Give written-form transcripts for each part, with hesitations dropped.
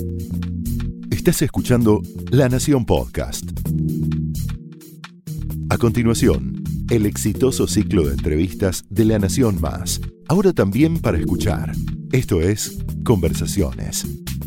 Estás escuchando La Nación Podcast. A continuación, el exitoso ciclo de entrevistas de La Nación Más. Ahora también para escuchar. Esto es Conversaciones.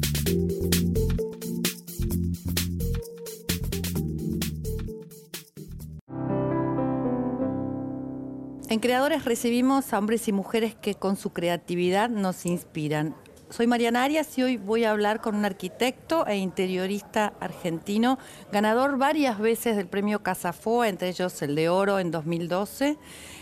En Creadores recibimos a hombres y mujeres que con su creatividad nos inspiran. Soy Mariana Arias y hoy voy a hablar con un arquitecto e interiorista argentino, ganador varias veces del premio Casafoa, entre ellos el de Oro en 2012.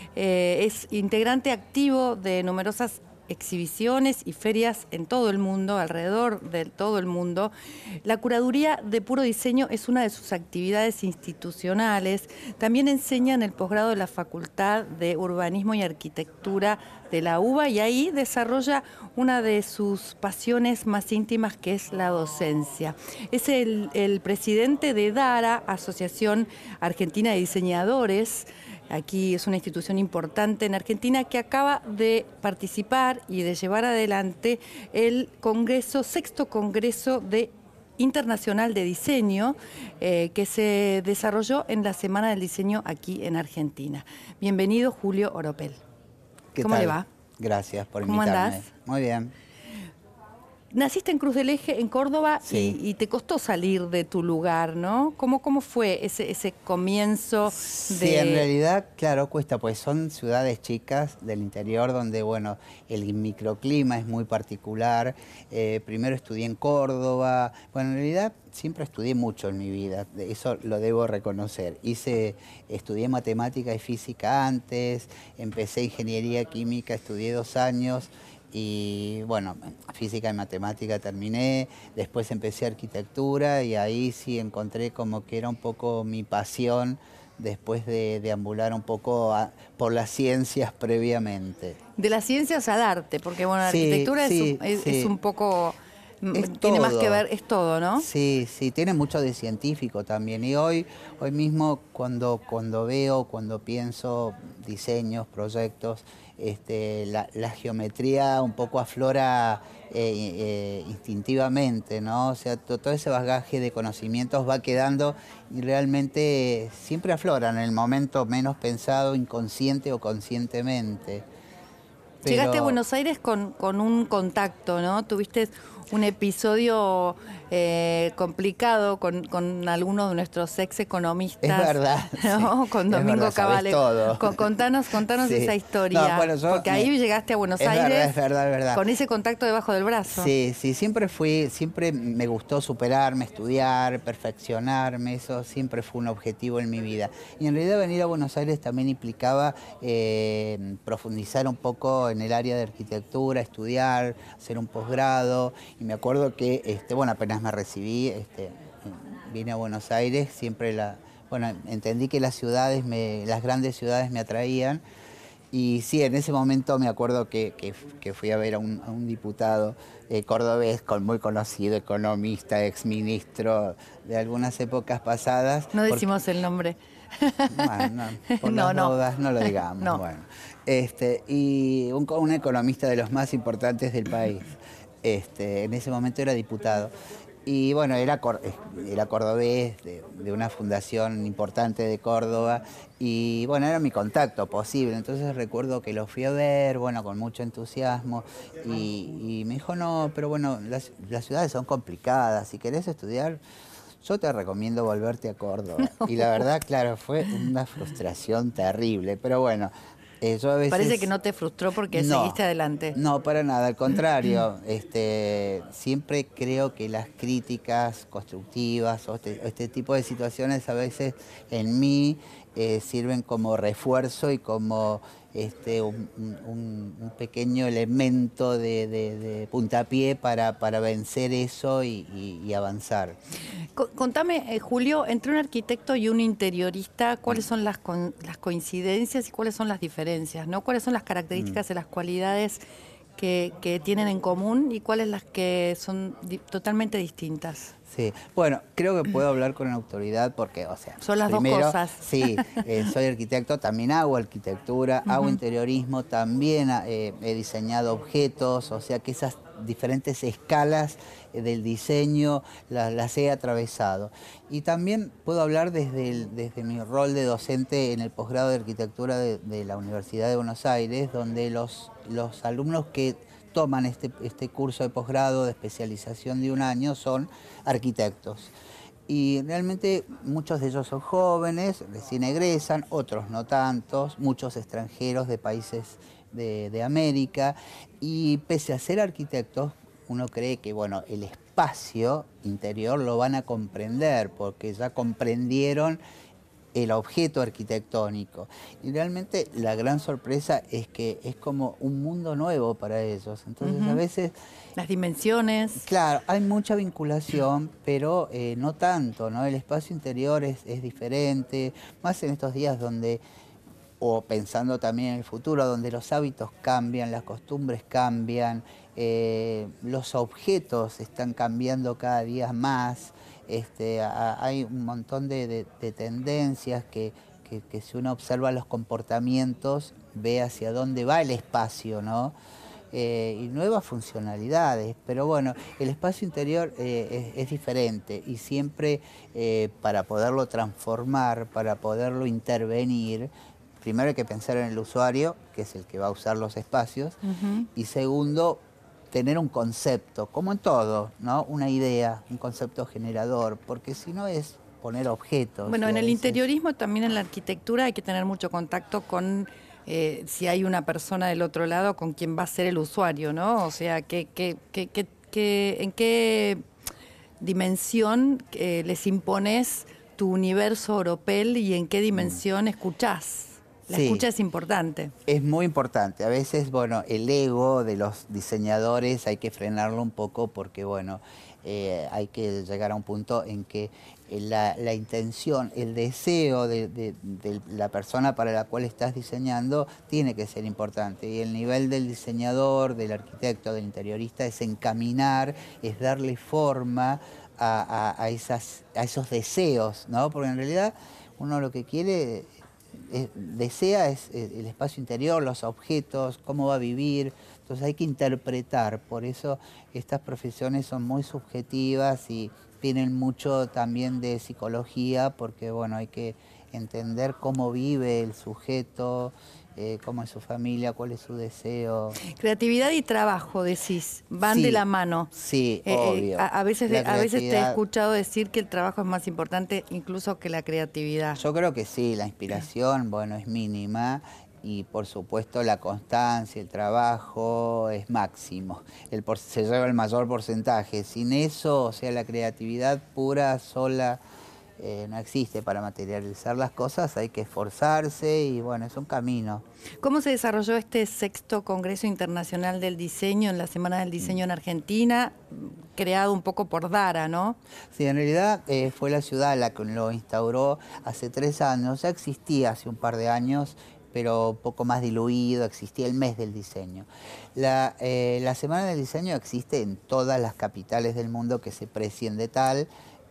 Es integrante activo de numerosas exhibiciones y ferias en todo el mundo, alrededor de todo el mundo. La curaduría de puro diseño es una de sus actividades institucionales. También enseña en el posgrado de la Facultad de Urbanismo y Arquitectura de la UBA y ahí desarrolla una de sus pasiones más íntimas, que es la docencia. Es el presidente de DARA, Asociación Argentina de Diseñadores. Aquí es una institución importante en Argentina que acaba de participar y de llevar adelante el sexto Congreso Internacional de Diseño que se desarrolló en la Semana del Diseño aquí en Argentina. Bienvenido, Julio Oropel. ¿Cómo le va? Gracias por ¿Cómo invitarme. andás? Muy bien. Naciste en Cruz del Eje, en Córdoba, Sí. y te costó salir de tu lugar, ¿no? ¿Cómo fue ese comienzo de...? Sí, en realidad, claro, cuesta, pues son ciudades chicas del interior donde, bueno, el microclima es muy particular. Primero estudié en Córdoba. Bueno, en realidad siempre estudié mucho en mi vida, eso lo debo reconocer. Estudié matemática y física antes, empecé ingeniería química, estudié 2 años. Y bueno, física y matemática terminé, después empecé arquitectura y ahí sí encontré como que era un poco mi pasión después de deambular un poco por las ciencias previamente. De las ciencias al arte, porque bueno, la Sí, arquitectura sí, es un poco... Es tiene más todo. que ver, es todo, ¿no? Sí, sí, tiene mucho de científico también. Y hoy mismo cuando veo, cuando pienso diseños, proyectos, la geometría un poco aflora instintivamente, ¿no? O sea, todo ese bagaje de conocimientos va quedando y realmente siempre afloran en el momento menos pensado, inconsciente o conscientemente. Llegaste a Buenos Aires con un contacto, ¿no? Tuviste un episodio complicado con algunos de nuestros ex economistas. Es verdad. ¿No? Sí, con Domingo Cavale. Todo. Contanos Sí. esa historia. No, bueno, porque ahí llegaste a Buenos Aires. Es verdad. Con ese contacto debajo del brazo. Sí, siempre me gustó superarme, estudiar, perfeccionarme, eso siempre fue un objetivo en mi vida. Y en realidad venir a Buenos Aires también implicaba profundizar un poco en el área de arquitectura, estudiar, hacer un posgrado. Y me acuerdo que, apenas me recibí, vine a Buenos Aires, entendí que las grandes ciudades me atraían. Y sí, en ese momento me acuerdo que fui a ver a un diputado cordobés, muy conocido, economista, exministro de algunas épocas pasadas. No decimos el nombre. Bueno, por las dudas no lo digamos. No. Bueno, y un economista de los más importantes del país. En ese momento era diputado. Y bueno, era cordobés de una fundación importante de Córdoba y bueno, era mi contacto posible. Entonces recuerdo que lo fui a ver, bueno, con mucho entusiasmo y me dijo, no, pero bueno, las ciudades son complicadas, si querés estudiar, yo te recomiendo volverte a Córdoba. No. Y la verdad, claro, fue una frustración terrible, pero bueno. Yo a veces, parece que no te frustró porque seguiste adelante. No, para nada, al contrario. Siempre creo que las críticas constructivas o este tipo de situaciones a veces en mí sirven como refuerzo y como un pequeño elemento de puntapié para vencer eso y avanzar. Contame, Julio, entre un arquitecto y un interiorista, ¿cuáles son las coincidencias y cuáles son las diferencias, ¿no? ¿Cuáles son las características de las cualidades que tienen en común y cuáles las que son totalmente distintas? Sí, bueno, creo que puedo hablar con autoridad porque, o sea... Son las primero, dos cosas. Sí, soy arquitecto, también hago arquitectura, hago interiorismo, también he diseñado objetos, o sea que esas diferentes escalas del diseño, las he atravesado. Y también puedo hablar desde mi rol de docente en el posgrado de arquitectura de la Universidad de Buenos Aires, donde los alumnos que toman este curso de posgrado de especialización de un año son arquitectos. Y realmente muchos de ellos son jóvenes, recién egresan, otros no tantos, muchos extranjeros de países de América. Y pese a ser arquitectos, uno cree que bueno, el espacio interior lo van a comprender, porque ya comprendieron el objeto arquitectónico. Y realmente la gran sorpresa es que es como un mundo nuevo para ellos. Entonces a veces... Las dimensiones. Claro, hay mucha vinculación, pero no tanto, ¿no? El espacio interior es diferente, más en estos días donde, o pensando también en el futuro, donde los hábitos cambian, las costumbres cambian, los objetos están cambiando cada día más. Hay un montón de tendencias que si uno observa los comportamientos, ve hacia dónde va el espacio, ¿no? Y nuevas funcionalidades, pero bueno, el espacio interior es diferente y siempre para poderlo transformar, para poderlo intervenir, primero hay que pensar en el usuario, que es el que va a usar los espacios, y segundo, tener un concepto, como en todo, ¿no? Una idea, un concepto generador, porque si no es poner objetos. Bueno, en el interiorismo, también en la arquitectura, hay que tener mucho contacto con si hay una persona del otro lado con quien va a ser el usuario, ¿no? O sea, ¿en qué dimensión les impones tu universo oropel y en qué dimensión escuchás? La escucha es importante. Es muy importante. A veces, bueno, el ego de los diseñadores hay que frenarlo un poco porque, bueno, hay que llegar a un punto en que la intención, el deseo de la persona para la cual estás diseñando tiene que ser importante. Y el nivel del diseñador, del arquitecto, del interiorista es encaminar, es darle forma a esos deseos, ¿no? Porque en realidad uno lo que quiere... desea es el espacio interior, los objetos, cómo va a vivir, entonces hay que interpretar, por eso estas profesiones son muy subjetivas y tienen mucho también de psicología, porque bueno, hay que entender cómo vive el sujeto, cómo es su familia, cuál es su deseo. Creatividad y trabajo, decís, van de la mano. Sí, obvio. A veces te he escuchado decir que el trabajo es más importante incluso que la creatividad. Yo creo que sí, la inspiración, bueno, es mínima y por supuesto la constancia, el trabajo es máximo. Se lleva el mayor porcentaje. Sin eso, o sea, la creatividad pura, sola, no existe. Para materializar las cosas hay que esforzarse y bueno, es un camino. ¿Cómo se desarrolló este 6º Congreso Internacional del Diseño en la Semana del Diseño en Argentina, creado un poco por Dara, ¿no? Sí, en realidad fue la ciudad la que lo instauró hace 3 años, ya existía hace un par de años, pero un poco más diluido, existía el mes del diseño. La Semana del Diseño existe en todas las capitales del mundo que se precien de tal,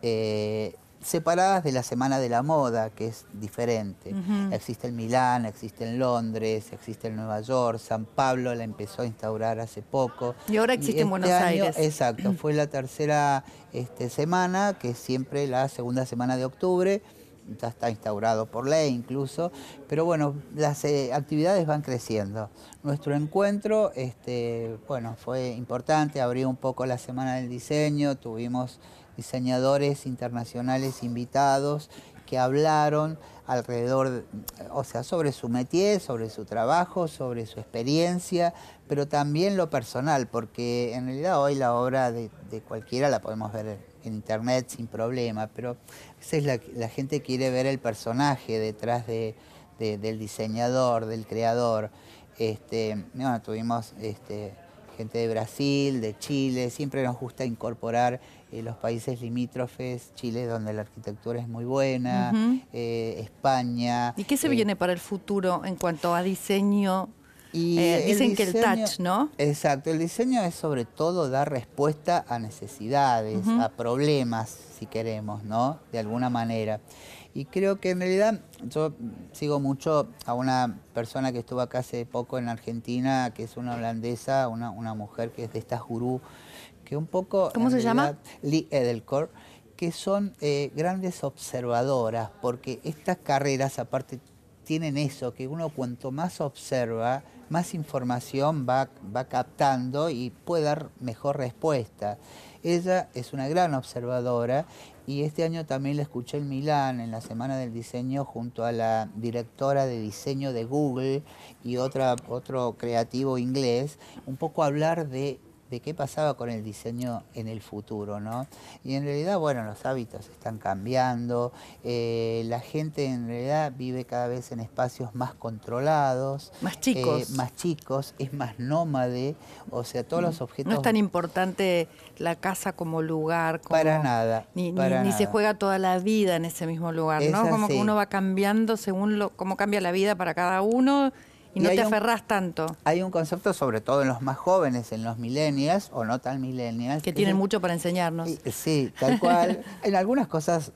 separadas de la Semana de la Moda, que es diferente. Existe en Milán, existe en Londres, existe en Nueva York, San Pablo la empezó a instaurar hace poco. Y ahora existe en Buenos Aires. Exacto, fue la tercera semana, que es siempre la segunda semana de octubre, ya está instaurado por ley incluso, pero bueno, las actividades van creciendo. Nuestro encuentro, bueno, fue importante, abrió un poco la Semana del Diseño, tuvimos diseñadores internacionales invitados que hablaron alrededor, o sea, sobre su métier, sobre su trabajo, sobre su experiencia, pero también lo personal, porque en realidad hoy la obra de cualquiera la podemos ver en internet sin problema, pero a veces la gente quiere ver el personaje detrás del diseñador, del creador. Bueno, tuvimos gente de Brasil, de Chile, siempre nos gusta incorporar los países limítrofes, Chile donde la arquitectura es muy buena, España. ¿Y qué se viene para el futuro en cuanto a diseño? Y dicen que el touch, ¿no? Exacto, el diseño es sobre todo dar respuesta a necesidades, a problemas, si queremos, ¿no? De alguna manera. Y creo que en realidad yo sigo mucho a una persona que estuvo acá hace poco en Argentina, que es una holandesa, una mujer que es de estas gurú, que un poco... ¿Cómo se llama? Lee Edelkor, que son grandes observadoras, porque estas carreras aparte tienen eso, que uno cuanto más observa, más información va captando y puede dar mejor respuesta. Ella es una gran observadora y este año también la escuché en Milán, en la Semana del Diseño, junto a la directora de diseño de Google y otro creativo inglés, un poco hablar de qué pasaba con el diseño en el futuro, ¿no? Y en realidad, bueno, los hábitos están cambiando, la gente en realidad vive cada vez en espacios más controlados. Más chicos. Más chicos, es más nómade, o sea, todos los objetos... No es tan importante la casa como lugar. Como, para nada. Ni nada. se juega toda la vida en ese mismo lugar, ¿no? Es Como así. que uno va cambiando según cómo cambia la vida para cada uno. Y no te aferrás tanto. Hay un concepto, sobre todo en los más jóvenes, en los millennials, o no tan millennials. Que tienen mucho para enseñarnos. Sí, tal cual. En algunas cosas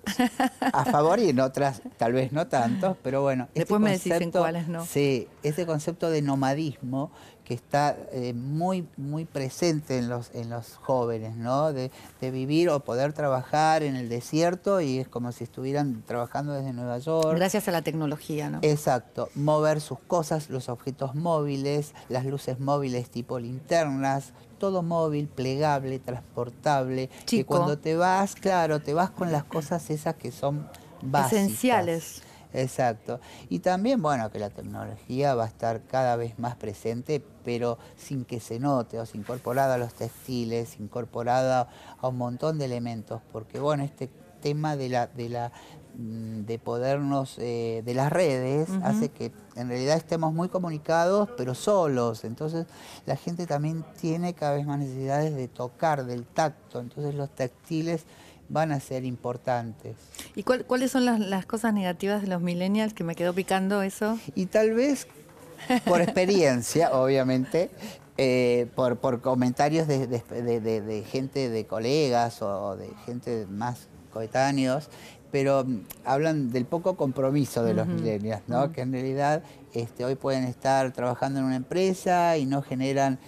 a favor y en otras tal vez no tanto, pero bueno. Después me decís en cuáles no. Sí, ese concepto de nomadismo que está muy presente en los jóvenes, ¿no? De vivir o poder trabajar en el desierto y es como si estuvieran trabajando desde Nueva York. Gracias a la tecnología, ¿no? Exacto, mover sus cosas, los objetos móviles, las luces móviles tipo linternas, todo móvil, plegable, transportable. Chico. Que cuando te vas, claro, te vas con las cosas esas que son básicas. Esenciales. Exacto. Y también, bueno, que la tecnología va a estar cada vez más presente, pero sin que se note, o sea, incorporada a los textiles, incorporada a un montón de elementos, porque bueno, este tema de podernos, de las redes, hace que en realidad estemos muy comunicados, pero solos. Entonces la gente también tiene cada vez más necesidades de tocar, del tacto. Entonces los textiles van a ser importantes. ¿Y cuáles son las cosas negativas de los millennials? Que me quedó picando eso. Y tal vez, por experiencia, obviamente, por comentarios de gente, de colegas o de gente más coetáneos, pero hablan del poco compromiso de los millennials, ¿no? Que en realidad hoy pueden estar trabajando en una empresa y no generan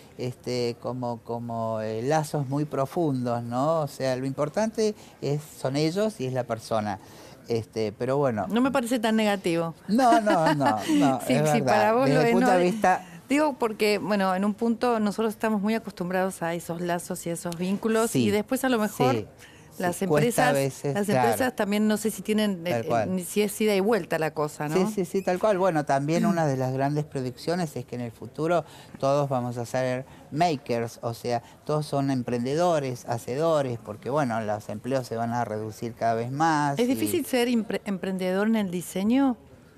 como lazos muy profundos, ¿no? O sea, lo importante son ellos y es la persona. Pero bueno. No me parece tan negativo. No, sí, es sí, verdad. para vos Desde el punto de vista... Digo porque, bueno, en un punto nosotros estamos muy acostumbrados a esos lazos y a esos vínculos sí, y después a lo mejor... Sí. Las empresas, claro, también no sé si tienen, si es ida y vuelta la cosa, ¿no? Sí, tal cual. Bueno, también una de las grandes predicciones es que en el futuro todos vamos a ser makers, o sea, todos son emprendedores, hacedores, porque bueno, los empleos se van a reducir cada vez más. ¿Es difícil ser emprendedor en el diseño?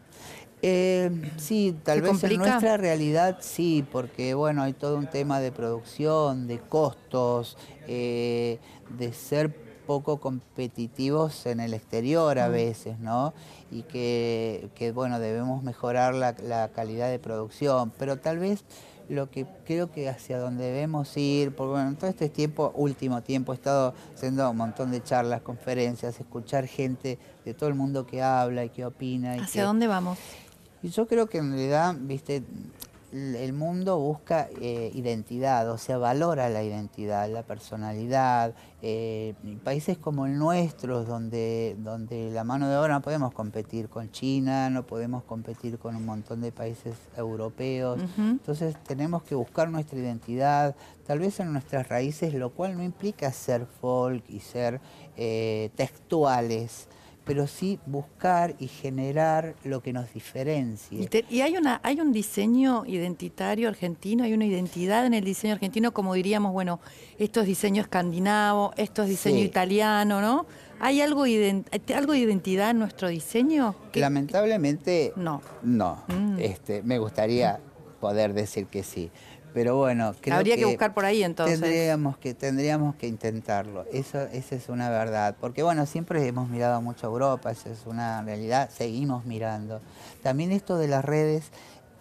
Sí, tal vez en nuestra realidad sí, porque bueno, hay todo un tema de producción, de costos, de ser poco competitivos en el exterior a veces, ¿no? Y que bueno, debemos mejorar la calidad de producción, pero tal vez lo que creo que hacia donde debemos ir, porque bueno, en todo este último tiempo he estado haciendo un montón de charlas, conferencias, escuchar gente de todo el mundo que habla y que opina. ¿Hacia dónde vamos? Y yo creo que en realidad, viste, el mundo busca identidad, o sea, valora la identidad, la personalidad. Países como el nuestro, donde la mano de obra no podemos competir con China, no podemos competir con un montón de países europeos. Entonces tenemos que buscar nuestra identidad, tal vez en nuestras raíces, lo cual no implica ser folk y ser textuales, pero sí buscar y generar lo que nos diferencie. Y hay un diseño identitario argentino, hay una identidad en el diseño argentino, como diríamos, bueno, esto es diseño escandinavo, esto es diseño italiano, ¿no? ¿Hay algo de identidad en nuestro diseño? Lamentablemente, no. Me gustaría poder decir que sí. Pero bueno, creo habría que buscar por ahí entonces. Tendríamos que intentarlo, esa es una verdad. Porque bueno, siempre hemos mirado mucho a Europa, esa es una realidad, seguimos mirando. También esto de las redes,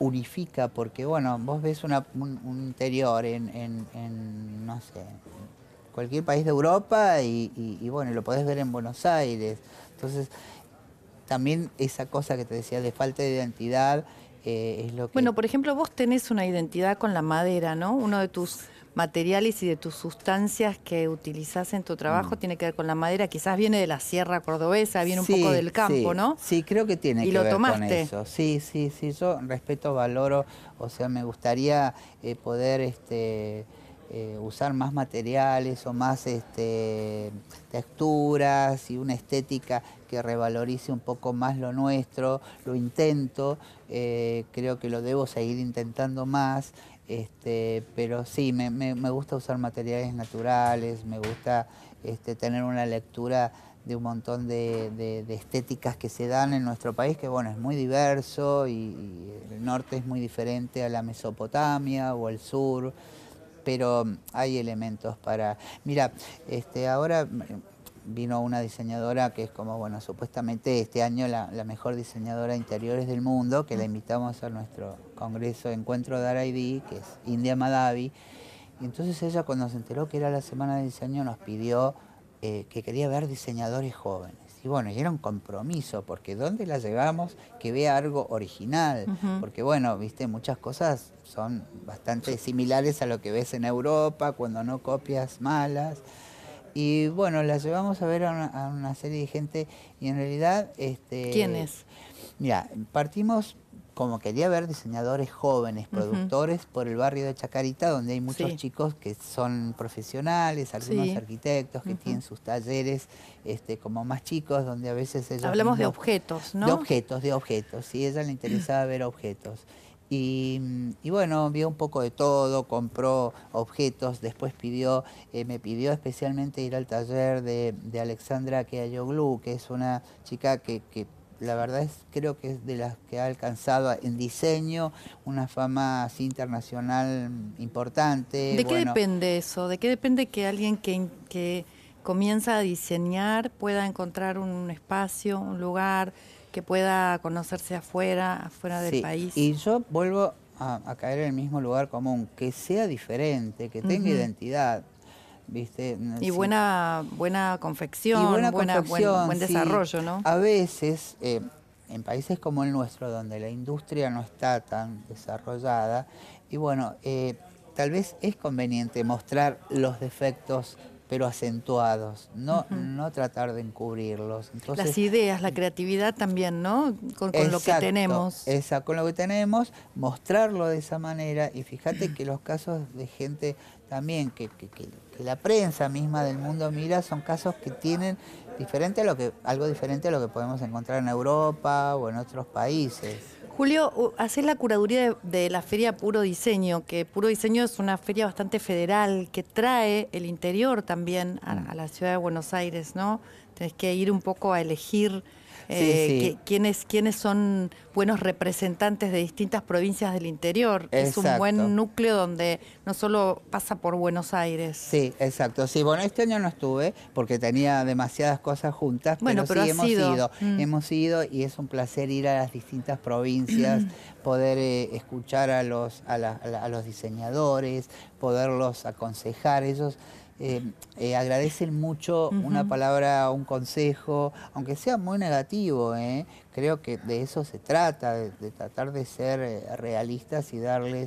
unifica, porque bueno, vos ves un interior no sé, cualquier país de Europa y bueno, lo podés ver en Buenos Aires. Entonces, también esa cosa que te decía de falta de identidad es lo que... Bueno, por ejemplo, vos tenés una identidad con la madera, ¿no? Uno de tus materiales y de tus sustancias que utilizás en tu trabajo tiene que ver con la madera. Quizás viene de la sierra cordobesa, viene un poco Sí, del campo, sí, ¿no? sí, creo que tiene Y que lo ver con tomaste. eso. Sí, sí, sí, yo respeto, valoro, o sea, me gustaría poder usar más materiales o más texturas y una estética que revalorice un poco más lo nuestro. Lo intento, creo que lo debo seguir intentando más, pero sí, me gusta usar materiales naturales, me gusta tener una lectura de un montón de estéticas que se dan en nuestro país, que bueno, es muy diverso y el norte es muy diferente a la Mesopotamia o el sur, pero hay elementos para... Mira, ahora vino una diseñadora que es como, bueno, supuestamente este año la mejor diseñadora de interiores del mundo, que la invitamos a nuestro congreso Encuentro de R&D, que es India Madhavi. Y entonces ella, cuando se enteró que era la semana de diseño, nos pidió que quería ver diseñadores jóvenes. Y bueno, y era un compromiso, porque ¿dónde la llevamos? Que vea algo original. Porque bueno, viste, muchas cosas son bastante similares a lo que ves en Europa, cuando no copias malas. Y bueno, la llevamos a ver a una serie de gente y en realidad... ¿Quién es? Mira, partimos como quería ver diseñadores jóvenes, productores por el barrio de Chacarita, donde hay muchos chicos que son profesionales, algunos arquitectos que tienen sus talleres como más chicos, donde a veces ellos Hablamos de mismos... objetos, ¿no? De objetos, sí, a ella le interesaba ver objetos. Y bueno, vio un poco de todo, compró objetos, después me pidió especialmente ir al taller de Alexandra Keayoglu, que es una chica que la verdad creo que es de las que ha alcanzado en diseño una fama así internacional importante. ¿De qué depende eso? ¿De qué depende que alguien que comienza a diseñar pueda encontrar un espacio, un lugar, que pueda conocerse afuera del país? Y yo vuelvo a caer en el mismo lugar común, que sea diferente, que tenga identidad. ¿Viste? Y buena confección, y buena confección, buen desarrollo, ¿no? A veces, en países como el nuestro, donde la industria no está tan desarrollada, y bueno, tal vez es conveniente mostrar los defectos, pero acentuados, no tratar de encubrirlos. Entonces, las ideas, la creatividad también, ¿no? Con lo que tenemos. Con lo que tenemos, mostrarlo de esa manera. Y fíjate que los casos de gente también que la prensa misma del mundo mira son casos que tienen algo diferente a lo que podemos encontrar en Europa o en otros países. Julio, hacés la curaduría de la Feria Puro Diseño, que Puro Diseño es una feria bastante federal, que trae el interior también a la ciudad de Buenos Aires, ¿no? Tenés que ir un poco a elegir quiénes son buenos representantes de distintas provincias del interior. Es un buen núcleo donde no solo pasa por Buenos Aires. Sí, exacto. Sí, bueno, este año no estuve porque tenía demasiadas cosas juntas, bueno, pero sí hemos ido. Hemos ido y es un placer ir a las distintas provincias, poder escuchar a los diseñadores, poderlos aconsejar. Ellos agradecen mucho una palabra, un consejo, aunque sea muy negativo. Creo que de eso se trata, de tratar de ser realistas y darles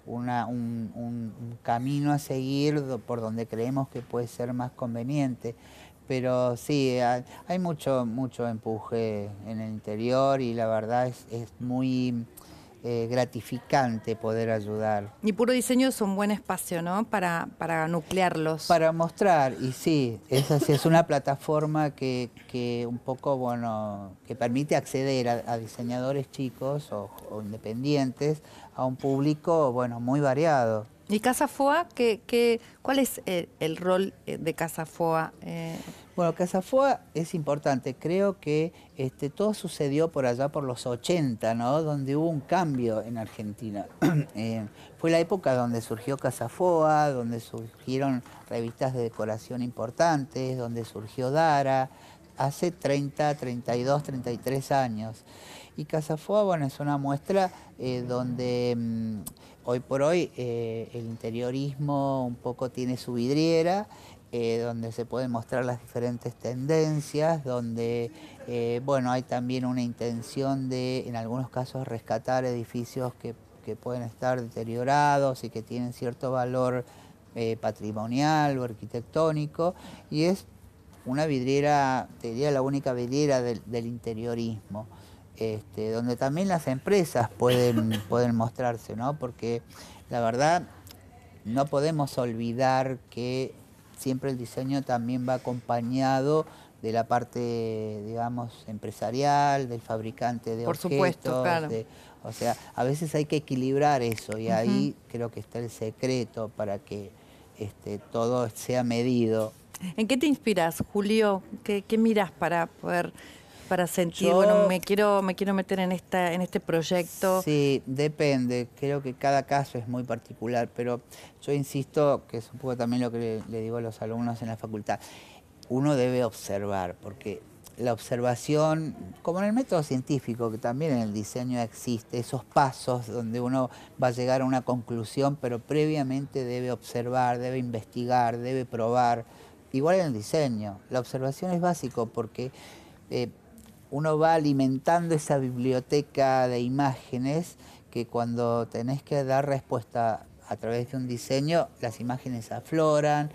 un camino a seguir por donde creemos que puede ser más conveniente. Pero sí, hay mucho empuje en el interior y la verdad es muy gratificante poder ayudar. Y Puro Diseño es un buen espacio, ¿no? Para nuclearlos. Para mostrar, y sí, esa sí es una plataforma que un poco, bueno, que permite acceder a diseñadores chicos o independientes, a un público, bueno, muy variado. ¿Y Casa Foa? ¿Cuál es el rol de Casa Foa? Bueno, Casa Foa es importante. Creo que todo sucedió por allá por los 80, ¿no? Donde hubo un cambio en Argentina. Fue la época donde surgió Casa Foa, donde surgieron revistas de decoración importantes, donde surgió Dara, hace 30, 32, 33 años. Y Casa Foa, bueno, es una muestra donde hoy por hoy el interiorismo un poco tiene su vidriera, donde se pueden mostrar las diferentes tendencias, donde bueno, hay también una intención de, en algunos casos, rescatar edificios que pueden estar deteriorados y que tienen cierto valor patrimonial o arquitectónico, y es una vidriera, te diría la única vidriera del interiorismo, donde también las empresas pueden mostrarse, ¿no? Porque la verdad no podemos olvidar que siempre el diseño también va acompañado de la parte, digamos, empresarial, del fabricante de Por objetos. supuesto, claro. O sea, a veces hay que equilibrar eso y ahí creo que está el secreto para que todo sea medido. ¿En qué te inspiras, Julio? ¿Qué miras para poder, para sentir, Yo, bueno, me quiero meter en este proyecto? Sí, depende. Creo que cada caso es muy particular, pero yo insisto, que es un poco también lo que le digo a los alumnos en la facultad, uno debe observar, porque la observación, como en el método científico, que también en el diseño existe, esos pasos donde uno va a llegar a una conclusión, pero previamente debe observar, debe investigar, debe probar. Igual en el diseño, la observación es básico porque uno va alimentando esa biblioteca de imágenes que cuando tenés que dar respuesta a través de un diseño, las imágenes afloran.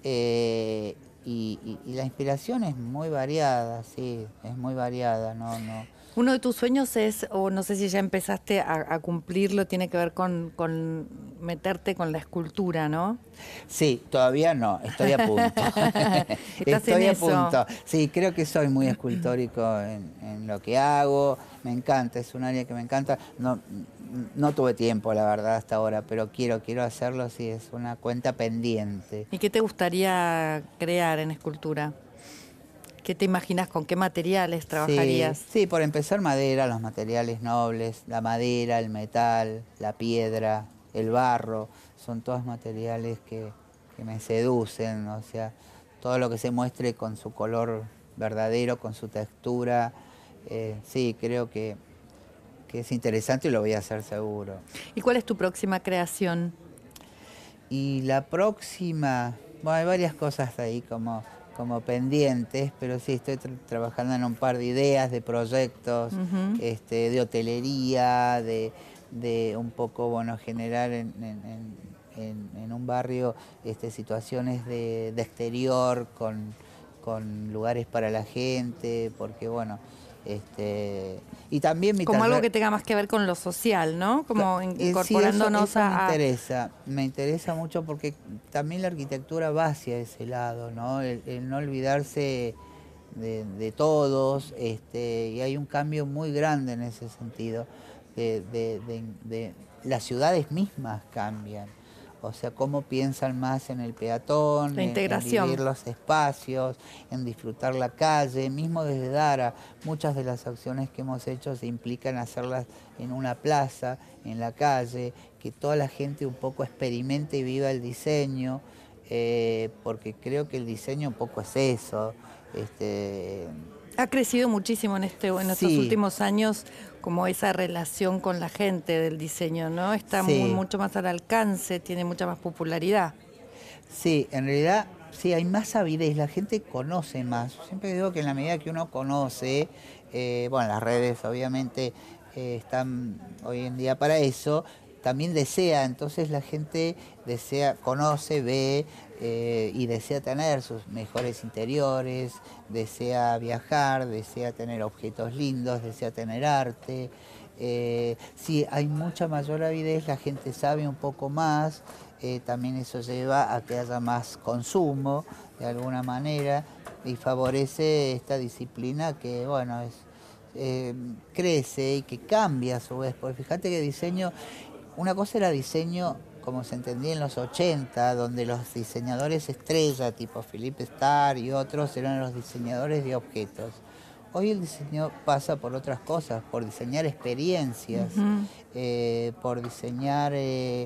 Y la inspiración es muy variada, sí, es muy variada, no. Uno de tus sueños es, o no sé si ya empezaste a cumplirlo, tiene que ver con meterte con la escultura, ¿no? Sí, todavía no, estoy a punto. Estoy a punto. Sí, creo que soy muy escultórico en lo que hago, me encanta, es un área que me encanta. No tuve tiempo, la verdad, hasta ahora, pero quiero hacerlo, sí, es una cuenta pendiente. ¿Y qué te gustaría crear en escultura? ¿Qué te imaginas, con qué materiales trabajarías? Sí, por empezar madera, los materiales nobles, la madera, el metal, la piedra, el barro, son todos materiales que me seducen, o sea, todo lo que se muestre con su color verdadero, con su textura, sí, creo que es interesante y lo voy a hacer seguro. ¿Y cuál es tu próxima creación? Y la próxima, bueno, hay varias cosas ahí como pendientes, pero sí estoy trabajando en un par de ideas, de proyectos, de hotelería, de un poco, bueno, generar en un barrio situaciones de exterior con lugares para la gente, porque bueno, y también mi como taller, algo que tenga más que ver con lo social, ¿no? Como incorporándonos sí, eso me interesa mucho porque también la arquitectura va hacia ese lado, ¿no? El no olvidarse de todos, y hay un cambio muy grande en ese sentido, las ciudades mismas cambian. O sea, cómo piensan más en el peatón, la integración, en vivir los espacios, en disfrutar la calle. Mismo desde Dara, muchas de las acciones que hemos hecho se implican hacerlas en una plaza, en la calle, que toda la gente un poco experimente y viva el diseño, porque creo que el diseño un poco es eso. Ha crecido muchísimo en estos últimos años, como esa relación con la gente del diseño, ¿no? Está mucho más al alcance, tiene mucha más popularidad. Sí, en realidad sí, hay más avidez, la gente conoce más. Siempre digo que en la medida que uno conoce, bueno, las redes obviamente están hoy en día para eso, también desea, entonces la gente desea, conoce, ve y desea tener sus mejores interiores, desea viajar, desea tener objetos lindos, desea tener arte. Sí, hay mucha mayor avidez, la gente sabe un poco más, también eso lleva a que haya más consumo de alguna manera y favorece esta disciplina que, bueno, crece y que cambia a su vez, porque fíjate que diseño, una cosa era diseño como se entendía en los 80, donde los diseñadores estrella, tipo Philippe Starr y otros, eran los diseñadores de objetos. Hoy el diseño pasa por otras cosas, por diseñar experiencias, por diseñar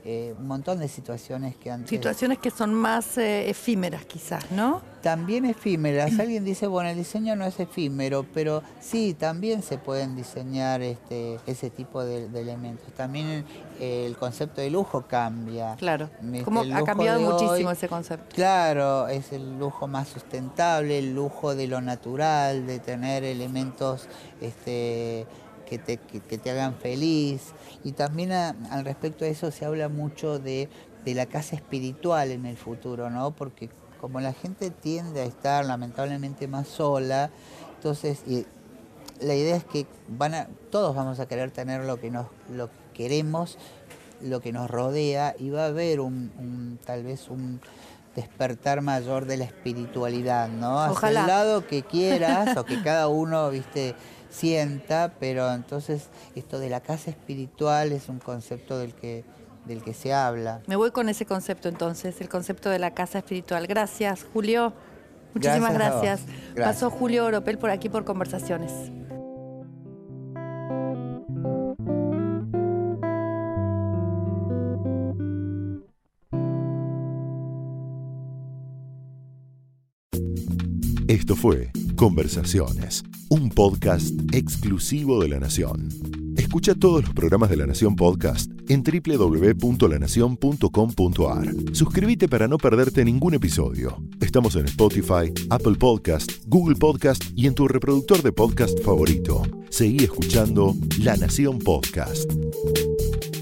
un montón de situaciones que antes... Situaciones que son más efímeras quizás, ¿no? También efímeras. Alguien dice, bueno, el diseño no es efímero, pero sí, también se pueden diseñar ese tipo de elementos. También el concepto de lujo cambia. Claro, como ha cambiado muchísimo ese concepto. Claro, es el lujo más sustentable, el lujo de lo natural, de tener elementos que te hagan feliz. Y también al respecto de eso se habla mucho de la casa espiritual en el futuro, ¿no? Porque como la gente tiende a estar lamentablemente más sola, entonces la idea es que todos vamos a querer tener lo que queremos, lo que nos rodea, y va a haber tal vez un despertar mayor de la espiritualidad, ¿no? Hacia Ojalá. el lado que quieras o que cada uno, sienta, pero entonces esto de la casa espiritual es un concepto del que se habla. Me voy con ese concepto entonces, el concepto de la casa espiritual. Gracias, Julio. Muchísimas gracias. Pasó Julio Oropel por aquí por Conversaciones. Esto fue Conversaciones, un podcast exclusivo de La Nación. Escucha todos los programas de La Nación Podcast en www.lanacion.com.ar. Suscríbete para no perderte ningún episodio. Estamos en Spotify, Apple Podcast, Google Podcast y en tu reproductor de podcast favorito. Seguí escuchando La Nación Podcast.